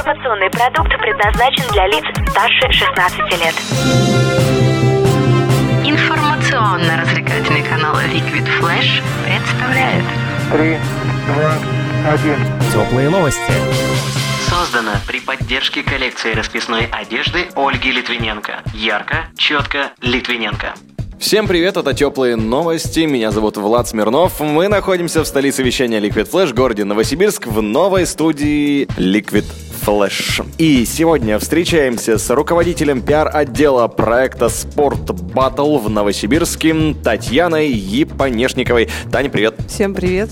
Информационный продукт предназначен для лиц старше 16 лет. Информационно-развлекательный канал Liquid Flash представляет 3, 2, 1. Теплые новости. Создано при поддержке коллекции расписной одежды Ольги Литвиненко. Ярко, четко, Литвиненко. Всем привет, это Теплые новости, меня зовут Влад Смирнов. Мы находимся в столице вещания Liquid Flash, городе Новосибирск, в новой студии Liquid Flash. И сегодня встречаемся с руководителем пиар-отдела проекта Sport Battle в Новосибирске Татьяной Японешниковой. Таня, привет. Всем привет.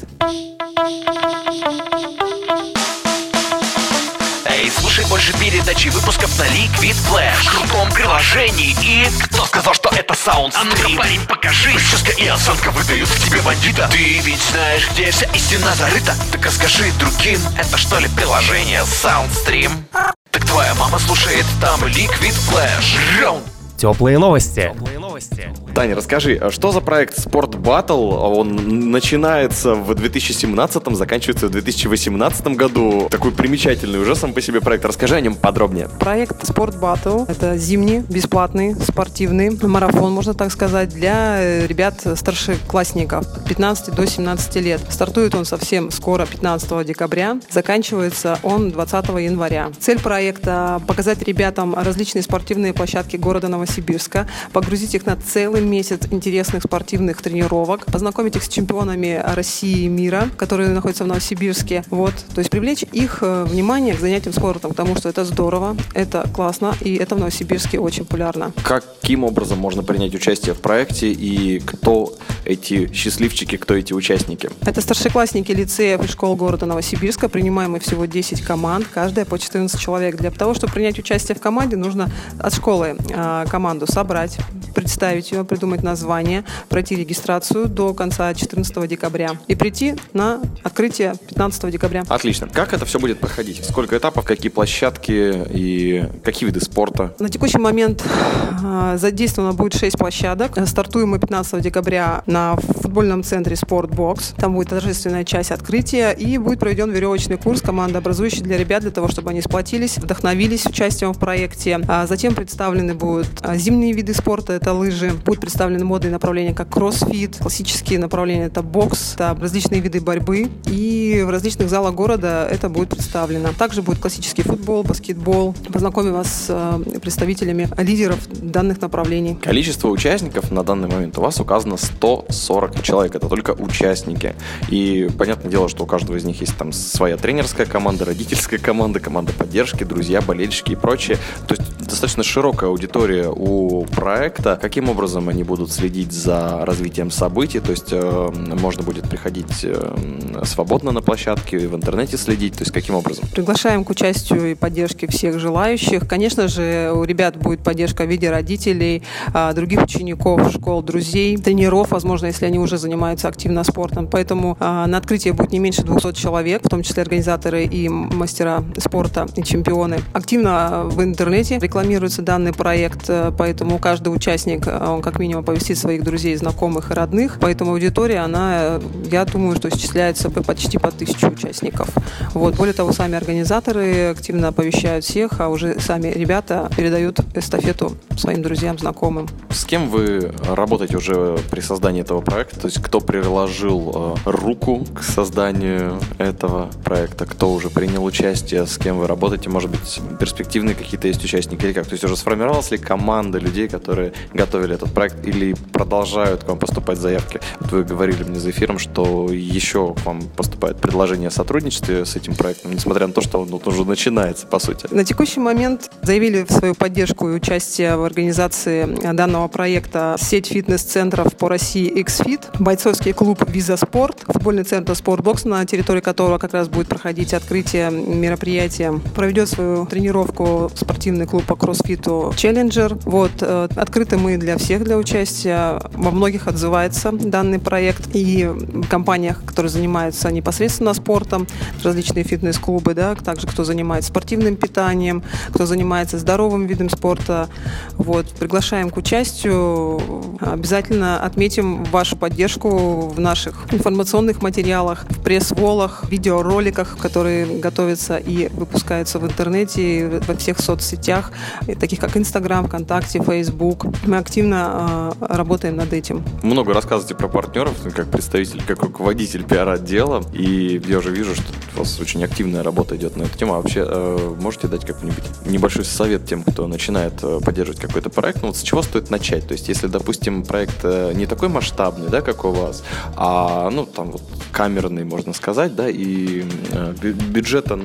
Эй, слушай больше передачи выпусков на Liquid Flash в крутом приложении. И кто сказал, что это Soundstream? А ну-ка, парень, покажи. Прическа и осанка выдают в тебе бандита. Ты ведь знаешь, где вся истина зарыта. Так расскажи другим, это что ли приложение Soundstream? Так твоя мама слушает там Liquid Flash. Раунд. Теплые новости. Таня, расскажи, что за проект Sport Battle? Он начинается в 2017-м, заканчивается в 2018 году. Такой примечательный уже сам по себе проект. Расскажи о нем подробнее. Проект Sport Battle – это зимний, бесплатный, спортивный марафон, можно так сказать, для ребят старшеклассников от 15 до 17 лет. Стартует он совсем скоро, 15 декабря. Заканчивается он 20 января. Цель проекта – показать ребятам различные спортивные площадки города Новосибирска, погрузить их на целый месяц интересных спортивных тренировок, познакомить их с чемпионами России и мира, которые находятся в Новосибирске. Вот. То есть привлечь их внимание к занятиям спортом, потому что это здорово, это классно, и это в Новосибирске очень популярно. Каким образом можно принять участие в проекте и кто эти счастливчики, кто эти участники? Это старшеклассники лицеев и школ города Новосибирска. Принимаем мы всего 10 команд, каждая по 14 человек. Для того, чтобы принять участие в команде, нужно от школы команду собрать, представить ее, придумать название, пройти регистрацию до конца 14 декабря и прийти на открытие 15 декабря. Отлично. Как это все будет проходить? Сколько этапов, какие площадки и какие виды спорта? На текущий момент задействовано будет 6 площадок. Стартуем мы 15 декабря на футбольном центре Спортбокс. Там будет торжественная часть открытия и будет проведен веревочный курс командообразующий для ребят, для того, чтобы они сплотились, вдохновились участием в проекте. Затем представлены будут зимние виды спорта, это лыжи. Будут представлены модные направления, как кроссфит, классические направления, это бокс, это различные виды борьбы. И в различных залах города это будет представлено. Также будет классический футбол, баскетбол. Познакомим вас с представителями лидеров данных направлений. Количество участников на данный момент у вас указано 140 человек. Это только участники. И понятное дело, что у каждого из них есть там своя тренерская команда, родительская команда, команда поддержки, друзья, болельщики и прочее. То есть достаточно широкая аудитория у проекта. Каким образом они будут следить за развитием событий? То есть можно будет приходить свободно на площадке, в интернете следить. То есть каким образом? Приглашаем к участию и поддержке всех желающих. Конечно же, у ребят будет поддержка в виде родителей, других учеников, школ, друзей, тренеров, возможно, если они уже занимаются активно спортом. Поэтому на открытии будет не меньше 200 человек, в том числе организаторы и мастера спорта, и чемпионы. Активно в интернете рекламируется данный проект, поэтому каждый участник, он как минимум оповестит своих друзей, знакомых и родных. Поэтому аудитория, она, я думаю, что исчисляется почти по 1000 участников. Вот. Более того, сами организаторы активно оповещают всех, а уже сами ребята передают эстафету своим друзьям, знакомым. С кем вы работаете уже при создании этого проекта? То есть кто приложил руку к созданию этого проекта? Кто уже принял участие? С кем вы работаете? Может быть, перспективные какие-то есть участники или как? То есть уже сформировалась ли команда людей, которые готовили этот проект или продолжают к вам поступать заявки? Вот вы говорили мне за эфиром, что еще к вам поступает предложение о сотрудничестве с этим проектом, несмотря на то, что он уже начинается, по сути. На текущий момент заявили в свою поддержку и участие в организации данного проекта сеть фитнес-центров по России XFIT, бойцовский клуб Visa Sport, футбольный центр Спортбокс, на территории которого как раз будет проходить открытие мероприятия. Проведет свою тренировку спортивный клуб по кроссфиту Challenger. Вот. Открыты мы доступны для всех для участия. Во многих отзывается данный проект. И в компаниях, которые занимаются непосредственно спортом, различные фитнес-клубы, да, также кто занимается спортивным питанием, кто занимается здоровым видом спорта. Вот, приглашаем к участию. Обязательно отметим вашу поддержку в наших информационных материалах, в пресс-волах, видеороликах, которые готовятся и выпускаются в интернете, во всех соцсетях, таких как Инстаграм, ВКонтакте, Фейсбук. Мы активно работаем над этим. Много рассказываете про партнеров, как представитель, как руководитель пиар-отдела, и я уже вижу, что у вас очень активная работа идет на эту тему. А вообще, можете дать какой-нибудь небольшой совет тем, кто начинает поддерживать какой-то проект? Ну вот с чего стоит начать? То есть, если, допустим, проект не такой масштабный, да, как у вас, а, ну, там вот камерный, можно сказать, да, и бюджета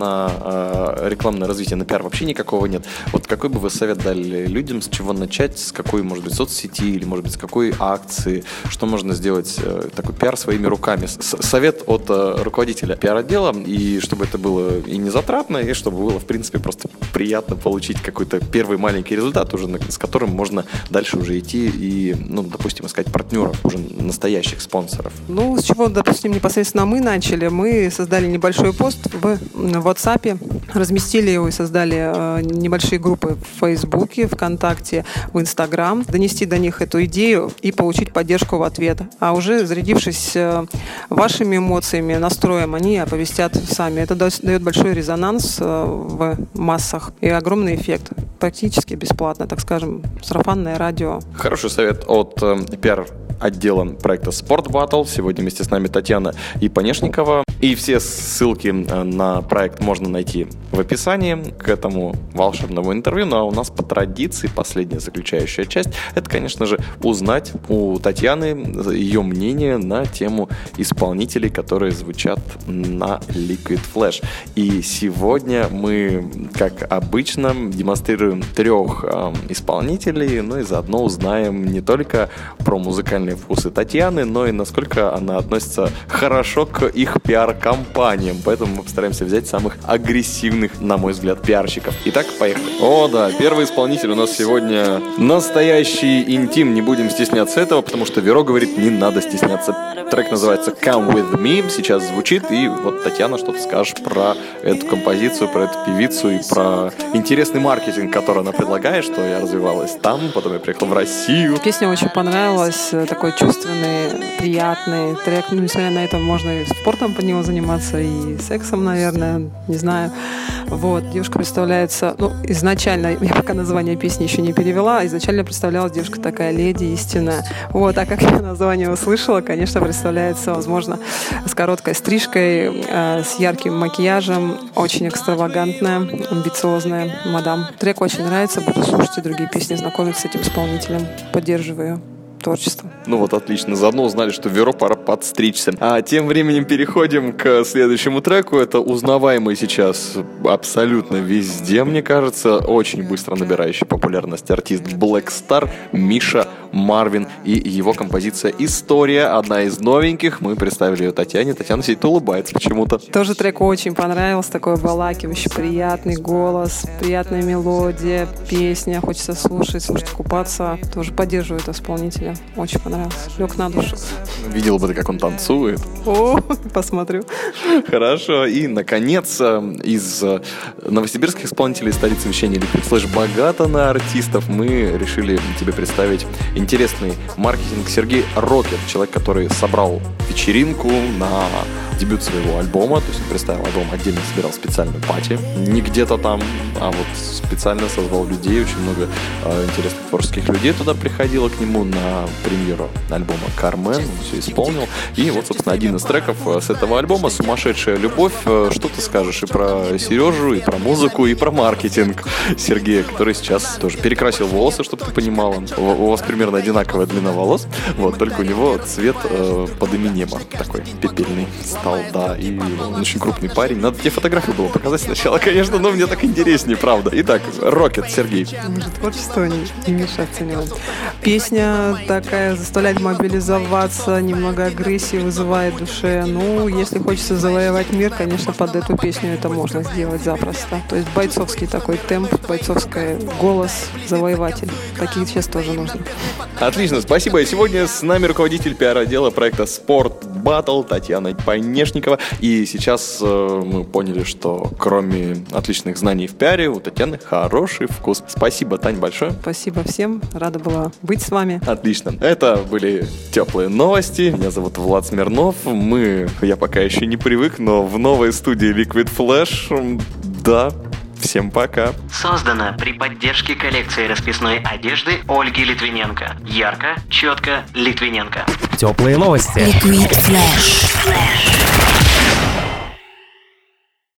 на рекламное развитие, на пиар вообще никакого нет. Вот какой бы вы совет дали людям, с чего начать, с какой, может быть, соцсети или, может быть, с какой акции, что можно сделать, такой пиар своими руками? Совет от руководителя пиар-отдела, и чтобы это было и не затратно, и чтобы было, в принципе, просто приятно получить какой-то первый маленький результат, уже с которым можно дальше уже идти и, ну, допустим, искать партнеров, уже настоящих спонсоров. Ну, с чего, допустим, непосредственно мы начали. Мы создали небольшой пост в WhatsApp, разместили его и создали небольшие группы в Фейсбуке, ВКонтакте, в Инстаграм, донести до них эту идею и получить поддержку в ответ. А уже зарядившись вашими эмоциями, настроем, они оповестят сами. Это дает большой резонанс в массах и огромный эффект. Практически бесплатно, так скажем, сарафанное радио. Хороший совет от пиар-отдела проекта Sport Battle. Сегодня вместе с нами Татьяна Ипанешникова. И все ссылки на проект можно найти в описании к этому волшебному интервью. Ну а у нас по традиции последняя заключающая часть — это, конечно же, узнать у Татьяны ее мнение на тему исполнителей, которые звучат на Liquid Flash. И сегодня мы, как обычно, демонстрируем 3 исполнителей, ну и заодно узнаем не только про музыкальные вкусы Татьяны, но и насколько она относится хорошо к их пиар-компаниям. Поэтому мы постараемся взять самых агрессивных, на мой взгляд, пиарщиков. Итак, поехали. О, да, первый исполнитель у нас сегодня настоящий интим. Не будем стесняться этого, потому что Веро говорит, не надо стесняться. Трек называется Come With Me, сейчас звучит, и вот, Татьяна, что ты скажешь про эту композицию, про эту певицу и про интересный маркетинг, который она предлагает, что я развивалась там, потом я приехала в Россию. Песня очень понравилась, такой чувственный, приятный трек. Ну, несмотря на это, можно и спортом под него заниматься, и сексом, наверное, не знаю. Вот, девушка представляется, ну, изначально, я пока название песни еще не перевела, изначально представлялась девушка такая леди истинная. Вот, а как я название услышала, конечно, представляется, возможно, с короткой стрижкой, с ярким макияжем, очень экстравагантная, амбициозная мадам. Трек очень нравится, буду слушать и другие песни, знакомиться с этим исполнителем, поддерживаю творчество. Ну вот, отлично. Заодно узнали, что Веро пора подстричься. А тем временем переходим к следующему треку. Это узнаваемый сейчас абсолютно везде, мне кажется, очень быстро набирающий популярность артист Black Star Миша Марвин и его композиция «История». Одна из новеньких. Мы представили ее Татьяне. Татьяна сидит, улыбается почему-то. Тоже трек очень понравился. Такой обволакивающий, приятный голос, приятная мелодия, песня. Хочется слушать, купаться. Тоже поддерживаю этого исполнителя. Очень понравилось. Лег на душу. Видела бы ты, как он танцует. О, посмотрю. Хорошо. И, наконец, из новосибирских исполнителей столицы вещания Liquid Flash богато на артистов. Мы решили тебе представить интересный маркетинг. Сергей Рокет, человек, который собрал вечеринку на дебют своего альбома. То есть он представил альбом, отдельно собирал специальную пати. Не где-то там, а вот специально созвал людей. Очень много интересных творческих людей туда приходило к нему на премьеру альбома «Кармен». Он все исполнил. И вот, собственно, один из треков с этого альбома «Сумасшедшая любовь». Что ты скажешь и про Сережу, и про музыку, и про маркетинг Сергея, который сейчас тоже перекрасил волосы, чтобы ты понимала. У вас примерно одинаковая длина волос, вот, только у него цвет под Эминема такой пепельный стал, да, и он очень крупный парень. Надо тебе фотографию было показать сначала, конечно, но мне так интереснее, правда. Итак, Рокет, Сергей. Мы же творчество не мешать оцениваем. Песня такая заставляет мобилизоваться, немного агрессии вызывает в душе. Ну, если хочется завоевать мир, конечно, под эту песню это можно сделать запросто. То есть бойцовский такой темп, бойцовский голос, завоеватель. Таких сейчас тоже нужно. Отлично, спасибо. И сегодня с нами руководитель пиар-отдела проекта «Спорт Баттл» Татьяна Понешникова. И сейчас мы поняли, что кроме отличных знаний в пиаре, у Татьяны хороший вкус. Спасибо, Тань, большое. Спасибо всем. Рада была быть с вами. Отлично. Это были теплые новости. Меня зовут Влад Смирнов. Я пока еще не привык, но в новой студии Liquid Flash. Да, всем пока. Создано при поддержке коллекции расписной одежды Ольги Литвиненко. Ярко, четко, Литвиненко. Теплые новости. Liquid Flash.